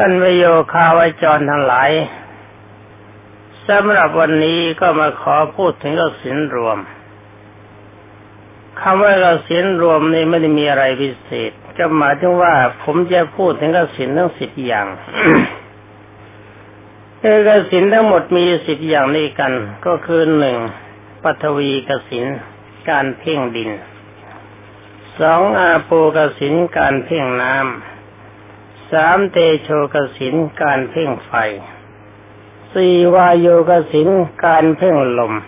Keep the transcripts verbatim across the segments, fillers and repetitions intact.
ท่านประโยคาวจรทั้งหลายสำหรับวันนี้ก็มาขอพูดถึงกสิณรวมคำว่ากสิณรวมนี่ไม่ได้มีอะไรพิเศษก็หมายถึงว่าผมจะพูดถึงกสิณทั้งสิบอย่าง คือกสิณทั้งหมดมีสิบอย่างนี้กันก็คือหนึ่งปฐวีกสิณการเพ่งดินสองอาโปกสิณการเพ่งน้ำสามเตโชกสิณการเพ่งไฟสี่วายโยกสิณการเพ่งลม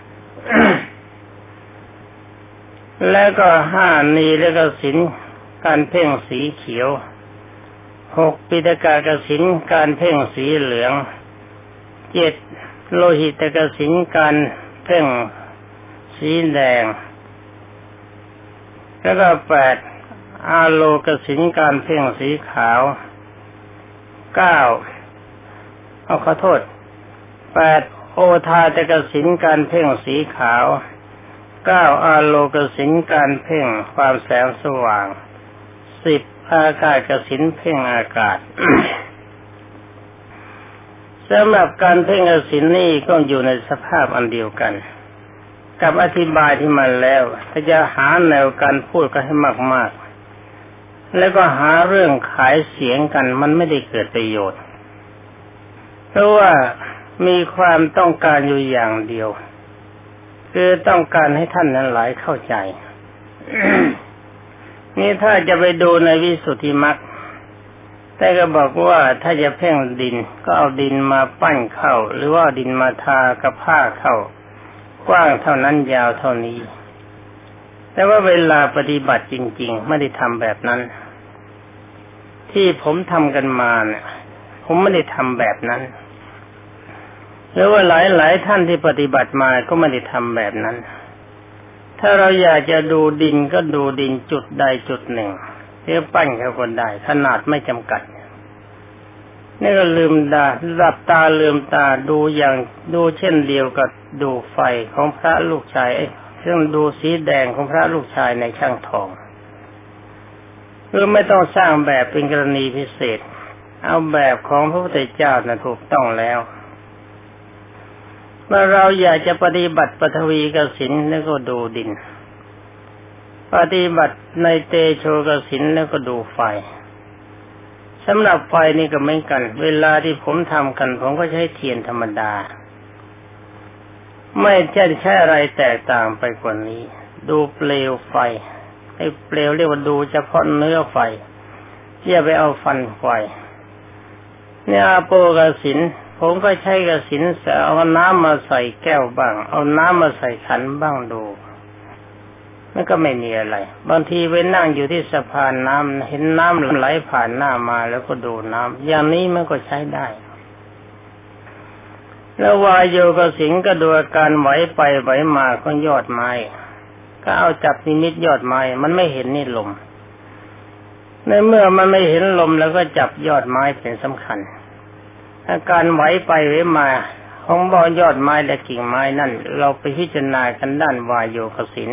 และก็ห้านีและกสิณการเพ่งสีเขียวหกปิฎกกสิณการเพ่งสีเหลืองเจ็ดโลหิตกสิณการเพ่งสีแดงแล้วก็แปดอาโลกสิณการเพ่งสีขาวเก้าเอาขอโทษแปดโอทาตกสิณการเพ่งสีขาวเก้าอาโลกสิณการเพ่งความแสงสว่างสิบอากาศกสิณเพ่งอากาศ สำหรับการเพ่งกสิณนี่ก็อยู่ในสภาพอันเดียวกันกับอธิบายที่มาแล้วถ้าจะหาแนวการพูดก็ให้มากๆแล้วก็หาเรื่องขายเสียงกันมันไม่ได้เกิดประโยชน์เพราะว่ามีความต้องการอยู่อย่างเดียวคือต้องการให้ท่านนั้นหลายเข้าใจ นี่ถ้าจะไปดูในวิสุทธิมรรคแต่ก็บอกว่าถ้าจะเพ่งดินก็เอาดินมาปั้นเข้าหรือว่าดินมาทากับผ้าเข้ากว้างเท่านั้นยาวเท่านี้แต่ว่าเวลาปฏิบัติจริงๆไม่ได้ทำแบบนั้นที่ผมทำกันมาเนี่ยผมไม่ได้ทำแบบนั้นหรือว่าหลายๆท่านที่ปฏิบัติมาก็ไม่ได้ทำแบบนั้นถ้าเราอยากจะดูดินก็ดูดินจุดใดจุดหนึ่งเรียกปั้นเขาก็ได้ขนาดไม่จำกัดนี่ก็ลืมตาหลับตาลืมตาดูอย่างดูเช่นเดียวกับดูไฟของพระลูกชายซึ่งดูสีแดงของพระลูกชายในช่างทองคือไม่ต้องสร้างแบบเป็นกรณีพิเศษเอาแบบของพระพุทธเจ้านะถูกต้องแล้วเมื่อเราอยากจะปฏิบัติปฐวีกสิณแล้วก็ดูดินปฏิบัติในเตโชกสิณแล้วก็ดูไฟสำหรับไฟนี่ก็เหมือนกันเวลาที่ผมทำกันผมก็ใช้เทียนธรรมดาไม่ใช่ใช้อะไรแตกต่างไปกว่านี้ดูเปลวไฟไอ้เปลวเรียกว่าดูเฉพาะเนื้อไฟอย่าไปเอาฟันไฟเนี่ยอาโปกสิณผมก็ใช้กสิณเอาน้ำมาใส่แก้วบ้างเอาน้ำมาใส่ขันบ้างดูมันก็ไม่มีอะไรบางทีไปนั่งอยู่ที่สะพานน้ำเห็นน้ำไหลผ่านหน้ามาแล้วก็ดูน้ำอย่างนี้มันก็ใช้ได้แล้ววายโยกสิณก็ดูอาการไหวไปไหวมาของยอดไม้ก็เอาจับนิมิตยอดไม้มันไม่เห็นนี่ลมในเมื่อมันไม่เห็นลมแล้วก็จับยอดไม้เป็นสำคัญอาการไหวไปไหวมาของบอยอดไม้และกิ่งไม้นั่นเราไปพิจารณากันด้านวายโยกสิณ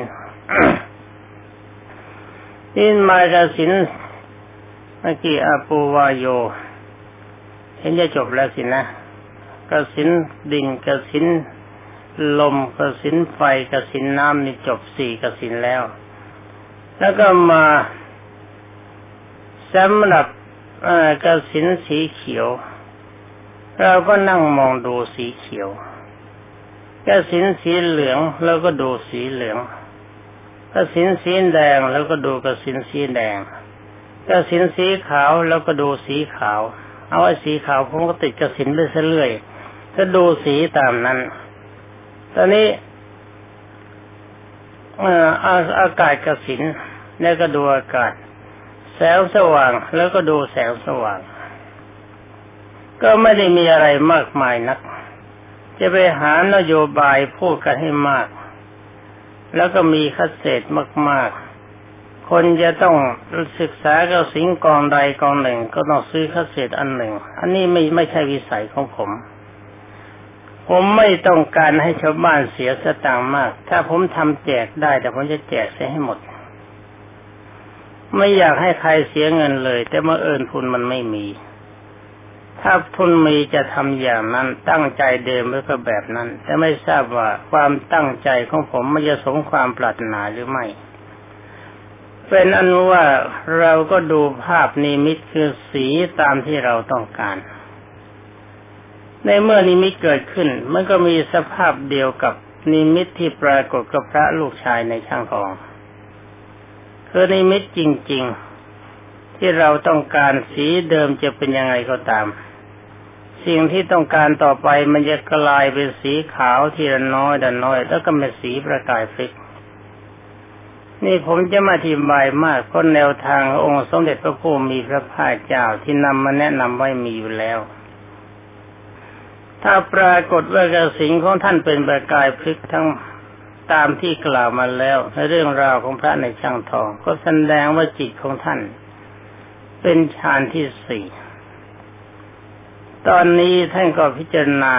ดินมากสิณเมื่อกี้อาปูวายโยเห็นจะจบแล้วสินะกสิณดินกสิณลมกสิณไฟกสิณน้ำนี่จบสี่กสิณแล้วแล้วก็มาสำหรับกสิณสีเขียวเราก็นั่งมองดูสีเขียวกสิณสีเหลืองแล้วก็ดูสีเหลืองกสิณสีแดงแล้วก็ดูกสิณสีแดงกสิณสีขาวแล้วก็ดูสีขาวเอาไอ้สีขาวผมก็ติดกสิณไปเรื่อยๆก็ดูสีตามนั้นตอนนี้เอ่ออากาศกสิณแล้วก็ดูอากาศแสงสว่างแล้วก็ดูแสงสว่างก็ไม่ได้มีอะไรมากมายนักจะไปหานโยบายพูดกันให้มากแล้วก็มีคัดเศษมากๆคนจะต้องศึกษากสิณกองใดกองหนึ่งก็ต้องซื้อคัดเศษอันหนึ่งอันนี้ไม่ไม่ใช่วิสัยของผมผมไม่ต้องการให้ชาวบ้านเสียสตางค์มากถ้าผมทำแจกได้แต่ผมจะแจกเสียให้หมดไม่อยากให้ใครเสียเงินเลยแต่เมื่อเอิญทุนมันไม่มีถ้าทุนมีจะทำอย่างนั้นตั้งใจเดิมไว้ก็แบบนั้นแต่ไม่ทราบว่าความตั้งใจของผมมันจะสมความปรารถนาหรือไม่เป็นอันว่าเราก็ดูภาพนิมิตคือสีตามที่เราต้องการในเมื่อนิมิตเกิดขึ้นมันก็มีสภาพเดียวกับนิมิตที่ปรากฏกับพระลูกชายในช่างทองคือนิมิตจริงๆที่เราต้องการสีเดิมจะเป็นยังไงก็ตามสิ่งที่ต้องการต่อไปมันจะกลายเป็นสีขาวทีละน้อยละน้อยแล้วก็เป็นสีประกายฟลิกนี่ผมจะมาอธิบายมากเพราะแนวทางองค์สมเด็จพระผู้มีพระภาคเจ้าที่นำมาแนะนำไว้มีอยู่แล้วถ้าปรากฏว่ากสิณของท่านเป็นประกายพลิกทั้งตามที่กล่าวมาแล้วในเรื่องราวของพระในช่างทองก็แสดงว่าจิตของท่านเป็นฌานที่สี่ตอนนี้ท่านก็พิจารณา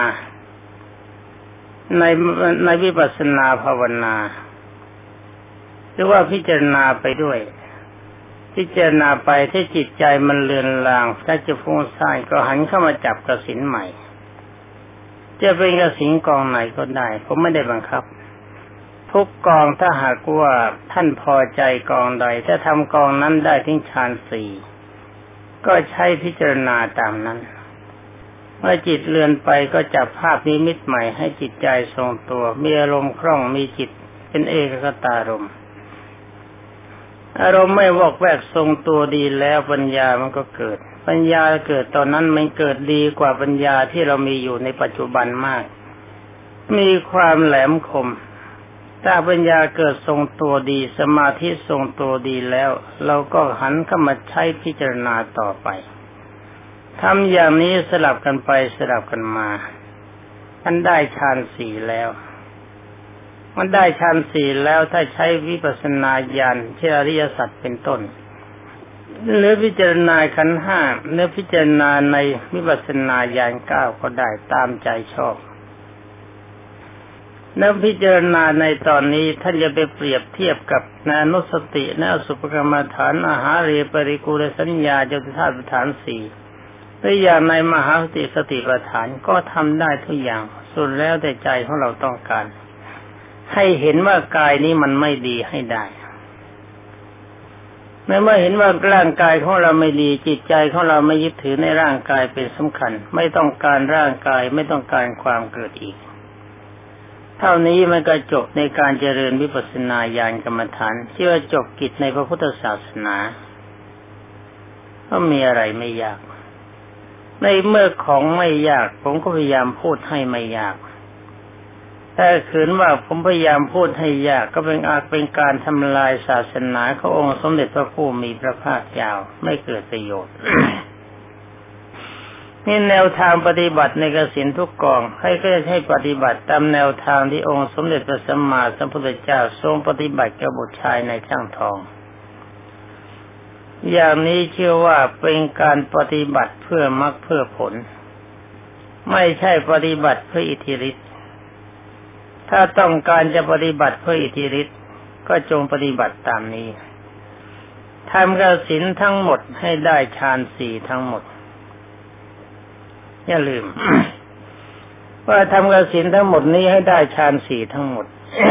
ในในวิปัสสนาภาวนาหรือว่าพิจารณาไปด้วยพิจารณาไปที่จิตใจมันเลือนลางถ้าจะฟุ้งซ่านก็หันเข้ามาจับกสิณใหม่จะเป็นกสิณกองไหนก็ได้ผมไม่ได้บังคับทุกกองถ้าหากว่าท่านพอใจกองใดถ้าทำกองนั้นได้ถึงฌานสี่ก็ใช้พิจารณาตามนั้นเมื่อจิตเลือนไปก็จับภาพนิมิตใหม่ให้จิตใจทรงตัวมีอารมณ์คล่องมีจิตเป็นเอกคตารมณ์อารมณ์ไม่วอกแวกทรงตัวดีแล้วปัญญามันก็เกิดปัญญาเกิดตอนนั้นมันเกิดดีกว่าปัญญาที่เรามีอยู่ในปัจจุบันมากมีความแหลมคมถ้าปัญญาเกิดทรงตัวดีสมาธิทรงตัวดีแล้วเราก็หันเข้ามาใช้พิจารณาต่อไปทำอย่างนี้สลับกันไปสลับกันมาท่านได้ฌานสี่แล้วมันได้ฌานสี่แล้วถ้าใช้วิปัสสนาญาณเช่นอริยสัจเป็นต้นหรือพิจารณาขันธ์ห้าหรือพิจารณาในวิปัสสนาญาณเก้าก็ได้ตามใจชอบนักพิจารณาในตอนนี้ท่านจะไปเปรียบเทียบกับอนุสติและอสุภกรรมฐานอาหารเรปริกูลสัญญาจตุธาตุฐานสี่หรืออย่างในมหาสติสติปัฏฐานก็ทำได้ทุกอย่างสุดแล้วแต่ใจของเราต้องการให้เห็นว่ากายนี้มันไม่ดีให้ได้เมื่อเห็นว่าร่างกายของเราไม่ดีจิตใจของเราไม่ยึดถือในร่างกายเป็นสำคัญไม่ต้องการร่างกายไม่ต้องการความเกิดอีกเท่านี้มันก็จบในการเจริญวิปัสสนาญาณกรรมฐานชื่อว่าจบกิจในพระพุทธศาสนาก็มีอะไรไม่ยากในเมื่อของไม่ยากผมก็พยายามพูดให้ไม่ยากแต่ขืนว่าผมพยายามพูดให้ยากก็เป็นอาจเป็นการทำลายศาสนาขององค์สมเด็จพระผู้มีพระภาคเจ้าไม่เกิดประโยชน์ นี่แนวทางปฏิบัติในกสิณทุกกองให้ก็จะให้ปฏิบัติตามแนวทางที่องค์สมเด็จพระสัมมาสัมพุทธเจ้าทรงปฏิบัติกับบุตรชายในช่างทองอย่างนี้เชื่อว่าเป็นการปฏิบัติเพื่อมรรคเพื่อผลไม่ใช่ปฏิบัติเพื่ออิทธิฤทธิ์ถ้าต้องการจะปฏิบัติเพื่ออิทธิฤทธิ์ก็จงปฏิบัติตามนี้ทำกสิณทั้งหมดให้ได้ฌานสี่ทั้งหมดอย่าลืม ว่าทำกสิณทั้งหมดนี้ให้ได้ฌานสี่ทั้งหมด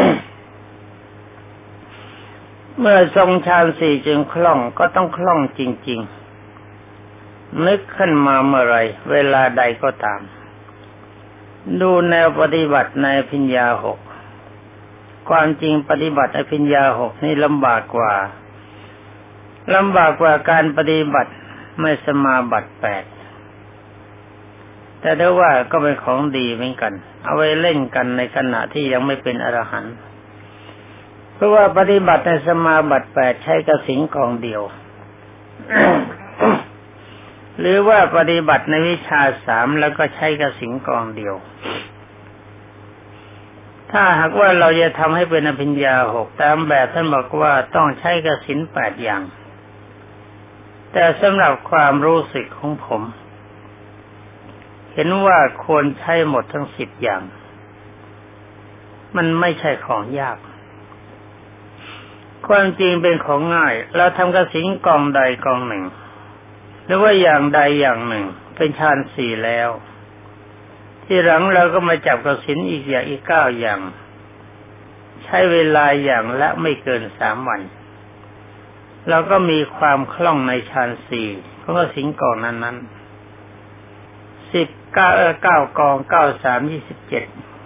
เมื่อทรงฌานสี่จึงคล่องก็ต้องคล่องจริงๆนึกขึ้นมาเมื่อไรเวลาใดก็ตามดูแนวปฏิบัติในอภิญญาหกความจริงปฏิบัติอภิญญาหกนี่ลำบากกว่าลำบากกว่าการปฏิบัติไม่สมาบัติแปดแต่ได้ว่าก็เป็นของดีเหมือนกันเอาไว้เล่นกันในขณะที่ยังไม่เป็นอรหันต์เพราะว่าปฏิบัติในสมาบัติแปดใช้กสิณกองเดียว หรือว่าปฏิบัติในวิชาสามแล้วก็ใช้กสิณกองเดียวถ้าหากว่าเราจะทำให้เป็นอภิญญาหกตามแบบท่านบอกว่าต้องใช้กสิณแปดอย่างแต่สำหรับความรู้สึกของผมเห็นว่าควรใช้หมดทั้งสิบอย่างมันไม่ใช่ของยากความจริงเป็นของง่ายเราทำกสิณกองใดกองหนึ่งหรือว่าอย่างใดอย่างหนึ่งกเป็นฌานสี่แล้วที่หลังเราก็มาจับกสิณอีกอย่างอีกเก้าอย่างใช้เวลาอย่างละไม่เกินสามวันเราก็มีความคล่องในฌานสี่ของกสิณกองนั้นนั้นสิบเก้าเออเก้ากองเก้าสามยี่สิบเจ็ด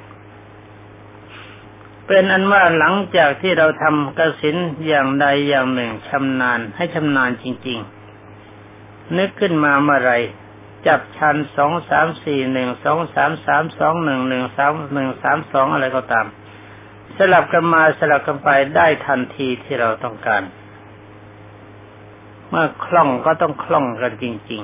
เป็นอันว่าหลังจากที่เราทำกสิณอย่างใดอย่างหนึ่งชำนาญให้ชำนาญจริงๆนึกขึ้นมาเมื่อไรจับชั้นสองสามสี่หนึ่งสองสามสามสองหนึ่งหนึ่งสามหนึ่งสามสองอะไรก็ตามสลับกันมาสลับกันไปได้ทันทีที่เราต้องการเมื่อคล่องก็ต้องคล่องกันจริง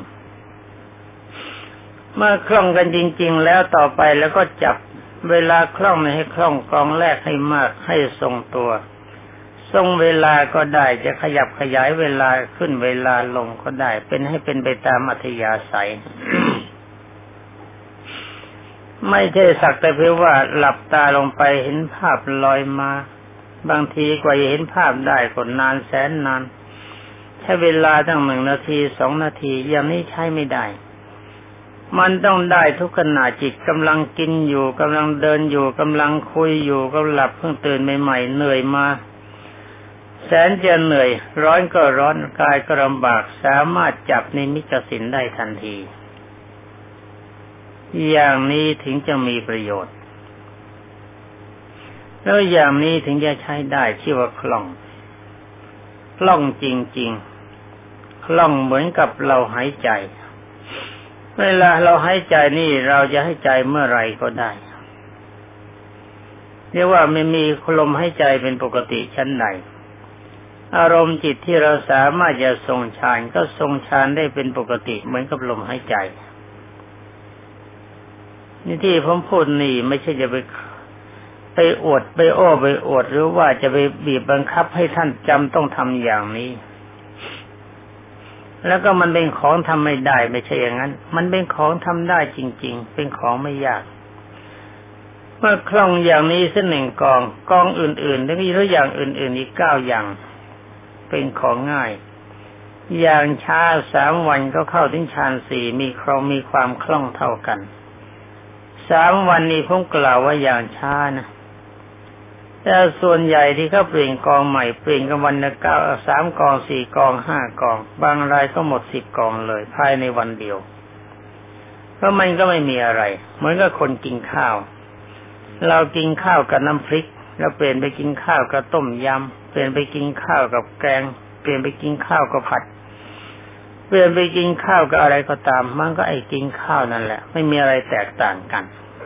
ๆเมื่อคล่องกันจริงๆแล้วต่อไปแล้วก็จับเวลาคล่องให้คล่องกองแรกให้มากให้ทรงตัวทรงเวลาก็ได้จะขยับขยายเวลาขึ้นเวลาลงก็ได้เป็นให้เป็นไปตามอัธยาศัย ไม่ใช่สักแต่เพียงว่าหลับตาลงไปเห็นภาพลอยมาบางทีกว่าจะเห็นภาพได้ก็นานแสนนานใช้เวลาตั้งหนึ่งนาทีสองนาทีอย่างนี้ใช้ไม่ได้มันต้องได้ทุกขณะจิตกำลังกินอยู่กำลังเดินอยู่กำลังคุยอยู่ก็หลับเพิ่งตื่นใหม่ๆเหนื่อยมาแสนจะเหนื่อยร้อนก็ร้อนกายก็ลำบากสามารถจับนิมิตกสิณได้ทันทีอย่างนี้ถึงจะมีประโยชน์แล้วอย่างนี้ถึงจะใช้ได้ชื่อว่าคล่องคล่องจริงๆคล่องเหมือนกับเราหายใจเวลาเราหายใจนี่เราจะให้ใจเมื่อไรก็ได้เรียกว่าไม่มีลมหายใจเป็นปกติชั้นใดอารมณ์จิตที่เราสามารถจะทรงฌานก็ทรงฌานได้เป็นปกติเหมือนกับลมหายใจนี่ที่ผมพูดนี่ไม่ใช่จะไปไปอวดไปอ้อไปอวดหรือว่าจะไปบีบบังคับให้ท่านจำต้องทำอย่างนี้แล้วก็มันเป็นของทำไม่ได้ไม่ใช่อย่างนั้นมันเป็นของทำได้จริงๆเป็นของไม่ยากเมื่อคล่องอย่างนี้สักหนึ่งกองกองอื่นๆแล้วมีตัวอย่างอื่นๆอีกเก้าอย่างเป็นของง่ายอย่างช้าสามวันก็เข้าถึงฌานสี่มีครองมีความคล่องเท่ากันสามวันนี้ผมกล่าวว่าอย่างช้านะแต่ส่วนใหญ่ที่เขาเปลี่ยนกองใหม่เปลี่ยนกันวันละเก้าสามกองสี่กองห้ากองบางรายก็หมดสิบกองเลยภายในวันเดียวเพราะมันก็ไม่มีอะไรเหมือนกับคนกินข้าวเรากินข้าวกับน้ำพริกแล้วเปลี่ยนไปกินข้าวกับต้มยำเปลี่ยนไปกินข้าวกับแกงเปลี่ยนไปกินข้าวกับผัดเปลี่ยนไปกินข้าวกับอะไรก็ตามมันก็ไอ้กินข้าวนั่นแหละไม่มีอะไรแตกต่างกัน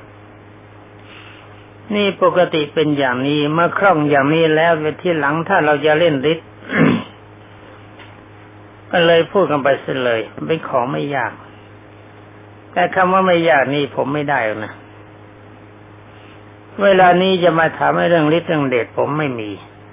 นี่ปกติเป็นอย่างนี้เมื่อคล่องอย่างนี้แล้วเวทีหลังถ้าเราจะเล่นฤทธิ์ ก็เลยพูดกันไปเสียเลยเป็นของไม่ยากแต่คำว่าไม่ยากนี่ผมไม่ได้นะเวลานี้จะมาถามให้เรื่องฤทธิ์เรื่องเดชผมไม่มี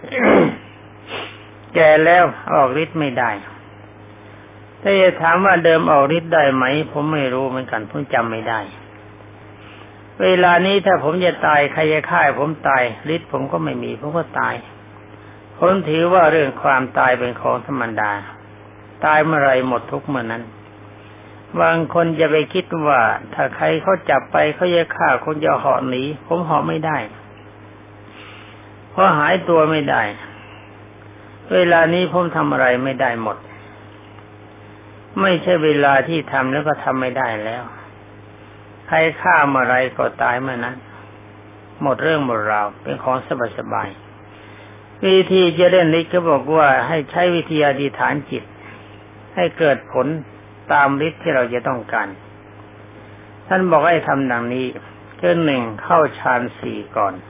แก่แล้วออกฤทธิ์ไม่ได้ถ้าจะถามว่าเดิมออกฤทธิ์ได้ไหมผมไม่รู้เหมือนกันผมจำไม่ได้เวลานี้ถ้าผมจะตายใครจะฆ่าผมตายฤทธิ์ผมก็ไม่มีผมก็ตายผมถือว่าเรื่องความตายเป็นของธรรมดาตายเมื่อไรหมดทุกเมื่อนั้นบางคนจะไปคิดว่าถ้าใครเขาจับไปเขาจะฆ่าคนจะเหาะหนีผมเหาะไม่ได้เพราะหายตัวไม่ได้เวลานี้ผมทำอะไรไม่ได้หมดไม่ใช่เวลาที่ทำแล้วก็ทำไม่ได้แล้วใครฆ่าเมื่อไรก็ตายเมื่อนั้นหมดเรื่องหมดราวเป็นของสบายๆวิธีจะเล่นฤทธิ์ก็บอกว่าให้ใช้วิธีอธิษฐานจิตให้เกิดผลตามฤทธิ์ที่เราจะต้องการท่านบอกให้ทำดังนี้คือหนึ่งเข้าฌานสี่ก่อน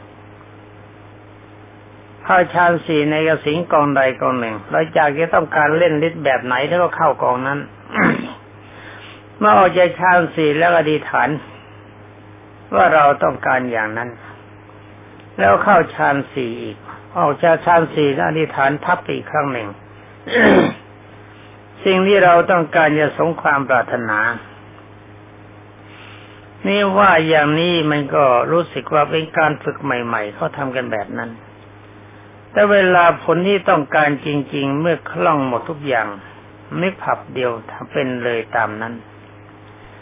เข้าฌานสี่ในกสิณกองใดกองหนึ่งเราอยากจะต้องการเล่นฤทธิ์แบบไหนแล้วก็เข้ากองนั้น เมื่อออกจากฌานสี่แล้วอธิษฐานว่าเราต้องการอย่างนั้นแล้วเข้าฌานสี่อีกออกจากฌานสี่แล้วอธิษฐานทับอีกครั้งหนึ่ง สิ่งที่เราต้องการจะสมความปรารถนานี่ว่าอย่างนี้มันก็รู้สึกว่าเป็นการฝึกใหม่ๆเขาทำกันแบบนั้นแต่เวลาผลที่ต้องการจริงๆเมื่อคล่องหมดทุกอย่างนึกผับเดียวทำเป็นเลยตามนั้น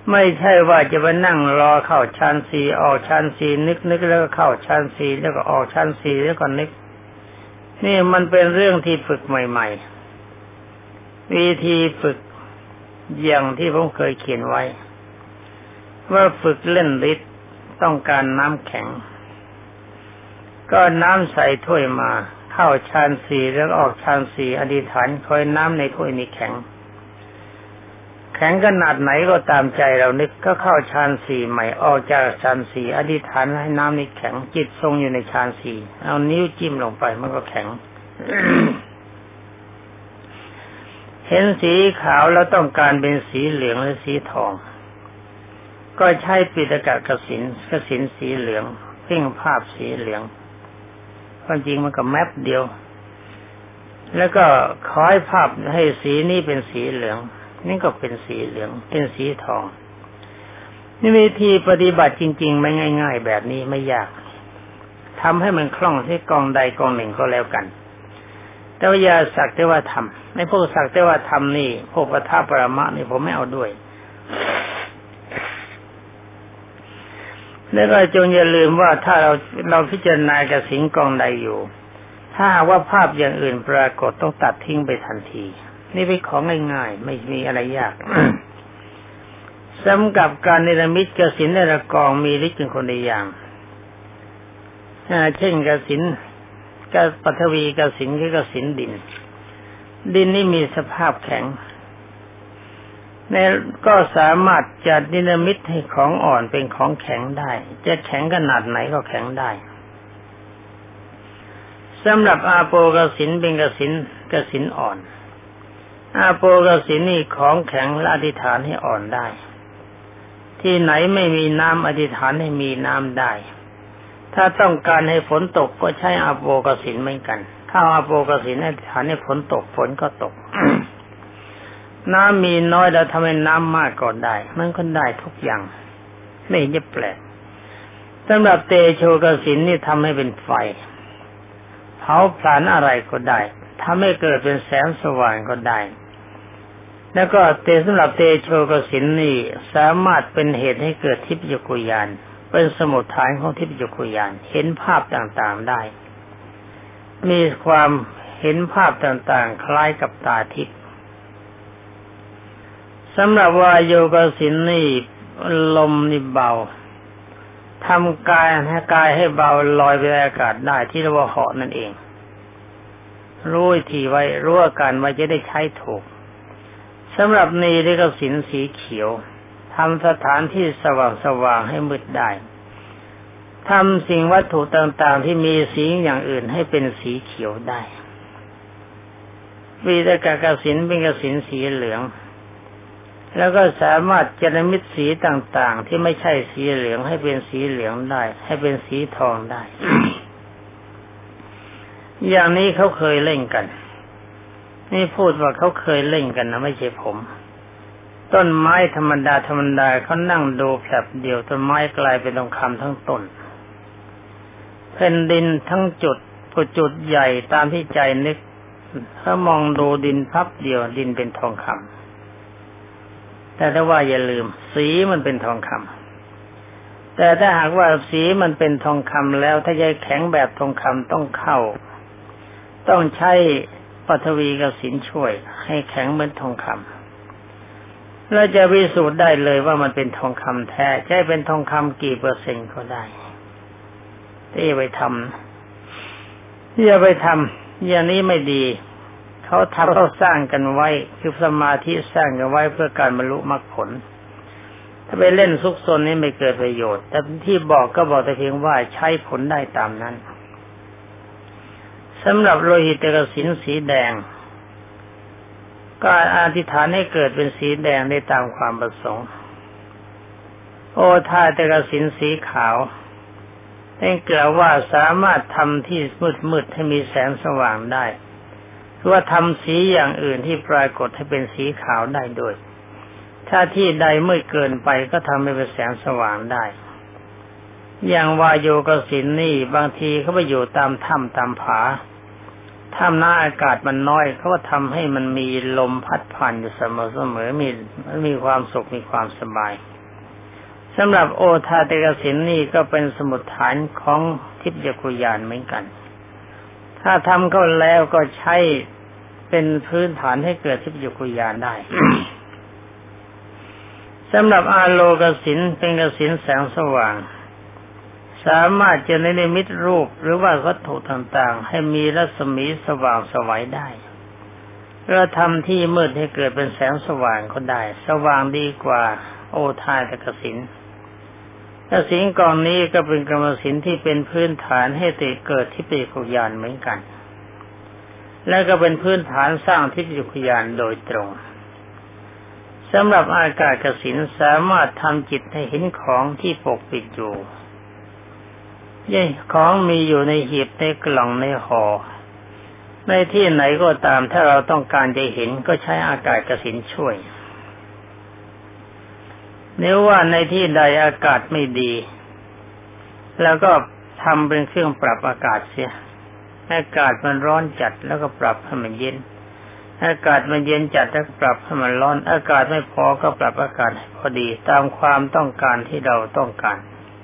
ไม่ใช่ว่าจะมานั่งรอเข้าฌานสี่ออกฌานสี่นึกนึกแล้วก็เข้าฌานสี่แล้วก็ออกฌานสี่แล้วก็นึกนี่มันเป็นเรื่องที่ฝึกใหม่ๆวิธีฝึกอย่างที่ผมเคยเขียนไว้ว่าฝึกเล่นฤทธิ์ต้องการน้ำแข็งก็น้ำใส่ถ้วยมาเข้าฌานสี่แล้วออกฌานสี่อธิษฐานคอยน้ำในถ้วยนี้แข็งแข็งขนาดไหนก็ตามใจเรานึกก็เข้าฌานสี่ใหม่ออกจากฌานสี่อธิษฐานให้น้ำนี้แข็งจิตทรงอยู่ในฌานสี่เอานิ้วจิ้มลงไปมันก็แข็ง เห็นสีขาวแล้วต้องการเป็นสีเหลืองหรือสีทองก็ใช้ปิฎกกสิณกสิณสีเหลืองเพ่งภาพสีเหลืองความจริงมันก็แมปเดียวแล้วก็ขอให้ภาพให้สีนี้เป็นสีเหลืองนี่ก็เป็นสีเหลืองเป็นสีทองนี่วิธีปฏิบัติจริงๆไม่ง่ายๆแบบนี้ไม่ยากทำให้มันคล่องที่กองใดกองหนึ่งก็แล้วกันแต่ว่าอย่าสักแต่ว่าทำในพวกสักแต่ว่าทำนี่พวกปฐปรมะนี่ผมไม่เอาด้วยแล้วก็จงอย่าลืมว่าถ้าเราเราพิจารณากสิณกองใดอยู่ถ้าหากว่าภาพอย่างอื่นปรากฏต้องตัดทิ้งไปทันทีนี่เป็นของง่ายๆไม่มีอะไรยาก สำหรับการเนรมิตกสิณในละกองมีฤทธิ์เป็นคนละอย่างเช่นกสิณกับปฐวีกสิณคือกสิณดินดินนี่มีสภาพแข็งในก็สามารถจะเนรมิตให้ของอ่อนเป็นของแข็งได้จะแข็งขนาดไหนก็แข็งได้สำหรับอาโปกสิณเป็นกสิณกสิณอ่อนอาโปกสิณนี่ของแข็งและอธิษฐานให้อ่อนได้ที่ไหนไม่มีน้ำอธิษฐานให้มีน้ำได้ถ้าต้องการให้ฝนตกก็ใช้อาโปกสิณเหมือนกันถ้าอาโปกสิณอธิษฐานให้ฝนตกฝนก็ตก น้ำมีน้อยแล้วทำให้น้ำมากก็ได้มันก็ได้ทุกอย่างไม่เห็นจะแปลกสำหรับเตโชกสิณนี่ทำให้เป็นไฟเผาผลาญอะไรก็ได้ทำให้เกิดเป็นแสงสว่างก็ได้แล้วก็เตสำหรับเตโชกสิณนี่สามารถเป็นเหตุให้เกิดทิพยกุญาณเป็นสมุฏฐานของทิพยกุญาณเห็นภาพต่างๆได้มีความเห็นภาพต่างๆคล้ายกับตาทิพย์สำหรับวายโยกสิณนี่ลมนี่เบาทำกายให้กายให้เบาลอยไปในอากาศได้ที่เรียกว่าเหาะนั่นเองรู้ทีไว้รู้อาการไว้จะได้ใช้ถูกสำหรับนีเรียกว่าสิณสีเขียวทำสถานที่สว่างสว่างให้มืดได้ทำสิ่งวัตถุต่างๆที่มีสีอย่างอื่นให้เป็นสีเขียวได้วิตกกสิณเป็นกสิณสีเหลืองแล้วก็สามารถเจริญมิตรสีต่างๆที่ไม่ใช่สีเหลืองให้เป็นสีเหลืองได้ให้เป็นสีทองได้ อย่างนี้เขาเคยเล่นกันนี่พูดว่าเขาเคยเล่นกันนะไม่ใช่ผมต้นไม้ธรรมดาธรรมดาเขานั่งดูแผลบเดียวต้นไม้กลายเป็นทองคำทั้งต้นแผ่นดินทั้งจุดก็จุดใหญ่ตามที่ใจนึกถ้ามองดูดินพับเดียวดินเป็นทองคำแต่ถ้าว่าอย่าลืมสีมันเป็นทองคำแต่ถ้าหากว่าสีมันเป็นทองคำแล้วถ้าจะแข็งแบบทองคำต้องเข้าต้องใช้ปฐวีกสิณช่วยให้แข็งเหมือนทองคำเราจะพิสูจน์ได้เลยว่ามันเป็นทองคำแท้ใช่เป็นทองคำกี่เปอร์เซ็นต์ก็ได้ที่ไปทำที่จะไปทำอย่างนี้ไม่ดีเขาทำเขาสร้างกันไว้คือสมาธิสร้างกันไว้เพื่อการบรรลุมรรคผลถ้าไปเล่นซุกซนนี่ไม่เกิดประโยชน์แต่ที่บอกก็บอกแต่เพียงว่าใช้ผลได้ตามนั้นสำหรับโลหิตกสิณสีแดงก็อธิษฐานให้เกิดเป็นสีแดงได้ตามความประสงค์โอทาตกสิณสีขาวได้กล่าวว่าสามารถทำที่มืดๆให้มีแสงสว่างได้หรือว่าทำสีอย่างอื่นที่ปรากฏให้เป็นสีขาวได้ด้วยถ้าที่ใดมืดเกินไปก็ทำให้เป็นแสงสว่างได้อย่างวายโยกสิณนี่บางทีเขาไปอยู่ตามถ้ำตามผาถ้ำหน้าอากาศมันน้อยเขาก็ทำให้มันมีลมพัดผ่านอยู่เสมอๆมีมีความสุขมีความสบายสำหรับโอทาเตกสินนี่ก็เป็นสมุดฐานของทิพยกุญาณเหมือนกันถ้าทำเข้าแล้วก็ใช้เป็นพื้นฐานให้เกิดทิพยกุญาณได้ สำหรับอาโลกสินเป็นกสินแสงสว่างสามารถจะนิมิตรูปหรือว่าวัตถุต่างๆให้มีรัศมีสว่างไสวได้เราทำที่มืดให้เกิดเป็นแสงสว่างก็ได้สว่างดีกว่าโอทาเตกสินกสินกองนี้ก็เป็นกรรมสินที่เป็นพื้นฐานให้เกิดทิพยกุญาณเหมือนกันและก็เป็นพื้นฐานสร้างทิพยกุญาณโดยตรงสำหรับอากาศกสินสามารถทำจิตให้เห็นของที่ปกปิดอยู่ย่ของมีอยู่ในหีบในกล่องในห่อในที่ไหนก็ตามถ้าเราต้องการจะเห็นก็ใช้อากาศกสินช่วยเนื้อว่าในที่ใดอากาศไม่ดีแล้วก็ทำเป็นเครื่องปรับอากาศเสียอากาศมันร้อนจัดแล้วก็ปรับให้มันเย็นอากาศมันเย็นจัดแล้วปรับให้มันร้อนอากาศไม่พอก็ปรับอากาศให้พอดีตามความต้องการที่เราต้องการ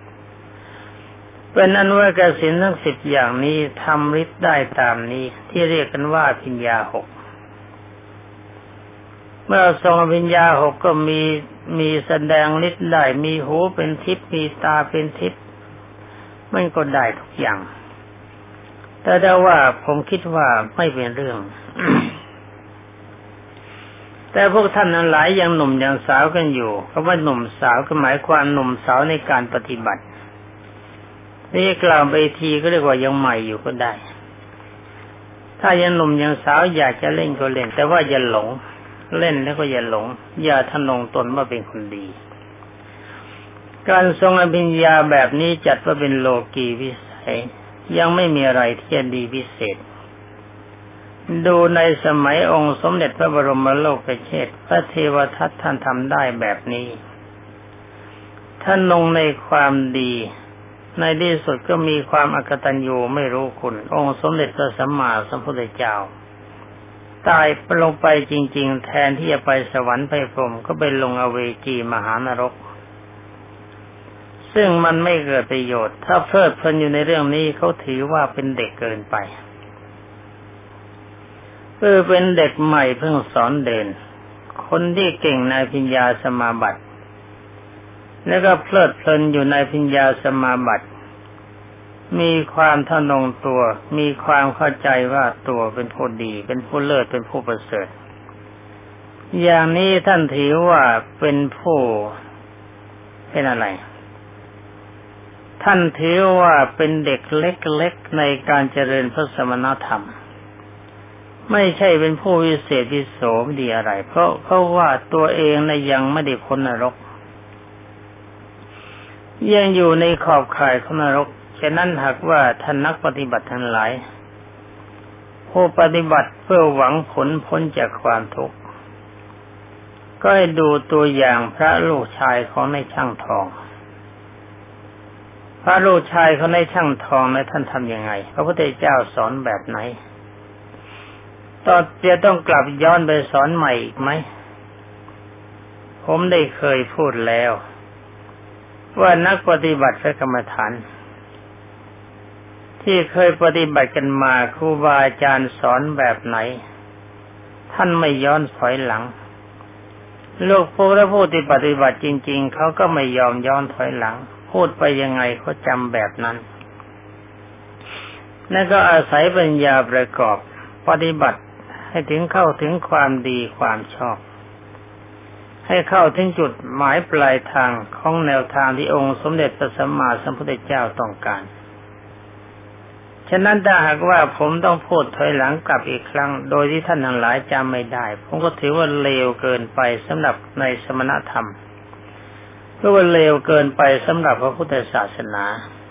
เป็นอันว่ากสินทั้งสิบอย่างนี้ทำฤทธิ์ได้ตามนี้ที่เรียกกันว่าภิญญาหกเมื่อทรงภิญญาหกก็มีมีแสดงฤทธิ์ได้มีหูเป็นทิพย์มีตาเป็นทิพย์มันก็ได้ทุกอย่างแต่ได้ว่าผมคิดว่าไม่เป็นเรื่อง แต่พวกท่านนั้นหลายยังหนุ่มยังสาวกันอยู่คำว่าหนุ่มสาวก็หมายความหนุ่มสาวในการปฏิบัตินี่กล่าวไปทีก็เรียกว่ายังใหม่อยู่ก็ได้ถ้ายังหนุ่มยังสาวอยากจะเล่นก็เล่นแต่ว่าอย่าหลงเล่นแล้วก็อย่าหลงอย่าทะนงตนว่าเป็นคนดีการทรงอภิญญาแบบนี้จัดว่าเป็นโลกีวิสัยยังไม่มีอะไรที่จะดีพิเศษดูในสมัยองค์สมเด็จพระบรมโลกเชษฐ์พระเทวทัตท่านทำได้แบบนี้ท่านลงในความดีในที่สุดก็มีความอกตัญญูไม่รู้คุณองค์สมเด็จพระสัมมาสัมพุทธเจ้าตายลงไปจริงๆแทนที่จะไปสวรรค์ไปพรหมก็ไปลงอเวจีมหานรกซึ่งมันไม่เกิดประโยชน์ถ้าเพลิดเพลินอยู่ในเรื่องนี้เขาถือว่าเป็นเด็กเกินไปเออเป็นเด็กใหม่เพิ่งสอนเดินคนที่เก่งในปัญญาสมาบัติแล้วก็เพลิดเพลินอยู่ในปัญญาสมาบัติมีความทะนงตัวมีความเข้าใจว่าตัวเป็นผู้ดีเป็นผู้เลิศเป็นผู้ประเสริฐอย่างนี้ท่านถือว่าเป็นผู้เป็นอะไรท่านถือว่าเป็นเด็กเล็กๆในการเจริญพระสมณธรรมไม่ใช่เป็นผู้วิเศษวิโสดีอะไรเพราะเพราะว่าตัวเองน่ะยังไม่ได้พ้นนรกยังอยู่ในขอบข่ายของนรกฉะนั้นหากว่าท่านนักปฏิบัติทั้งหลายผู้ปฏิบัติเพื่อหวังผลพ้นจากความทุกข์ก็ให้ดูตัวอย่างพระลูกชายของในช่างทองพระลูกชายของในช่างทองนั้นท่านทำยังไงพระพุทธเจ้าสอนแบบไหนตอนจะต้องกลับย้อนไปสอนใหม่อีกไหมผมได้เคยพูดแล้วว่านักปฏิบัติพระกรรมฐานที่เคยปฏิบัติกันมาครูบาอาจารย์สอนแบบไหนท่านไม่ย้อนถอยหลังลูกผู้และผู้ที่ปฏิบัติจริงๆเขาก็ไม่ยอมย้อนถอยหลังพูดไปยังไงเขาจำแบบนั้นแล้วก็อาศัยปัญญาประกอบปฏิบัติให้ถึงเข้าถึงความดีความชอบให้เข้าถึงจุดหมายปลายทางของแนวทางที่องค์สมเด็จพระสัมมาสัมพุทธเจ้าต้องการฉะนั้นถ้าหากว่าผมต้องพูดถอยหลังกลับอีกครั้งโดยที่ท่านทั้งหลายจำไม่ได้ผมก็ถือว่าเลวเกินไปสำหรับในสมณธรรมก็ว่าเลวเกินไปสำหรับพระพุทธศาสนา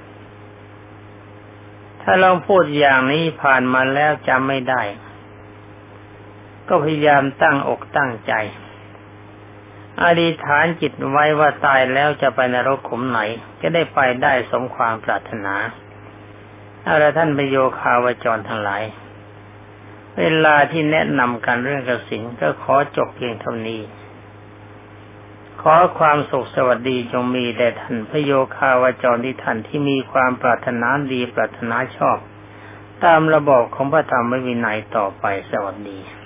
ถ้าเราพูดอย่างนี้ผ่านมาแล้วจำไม่ได้ก็พยายามตั้งอกตั้งใจอธิษฐานจิตไว้ว่าตายแล้วจะไปนรกขุมไหนจะได้ไปได้สมความปรารถนาเอาละท่านประโยคาวจรทั้งหลายเวลาที่แนะนำกันเรื่องกสิณก็ขอจบเพียงเท่านี้ขขอความสุขสวัสดีจงมีแด่ท่านพระโยคาวจรที่ท่านที่มีความปรารถนาดีปรารถนาชอบตามระบอบของพระธรรมวินัยต่อไปสวัสดี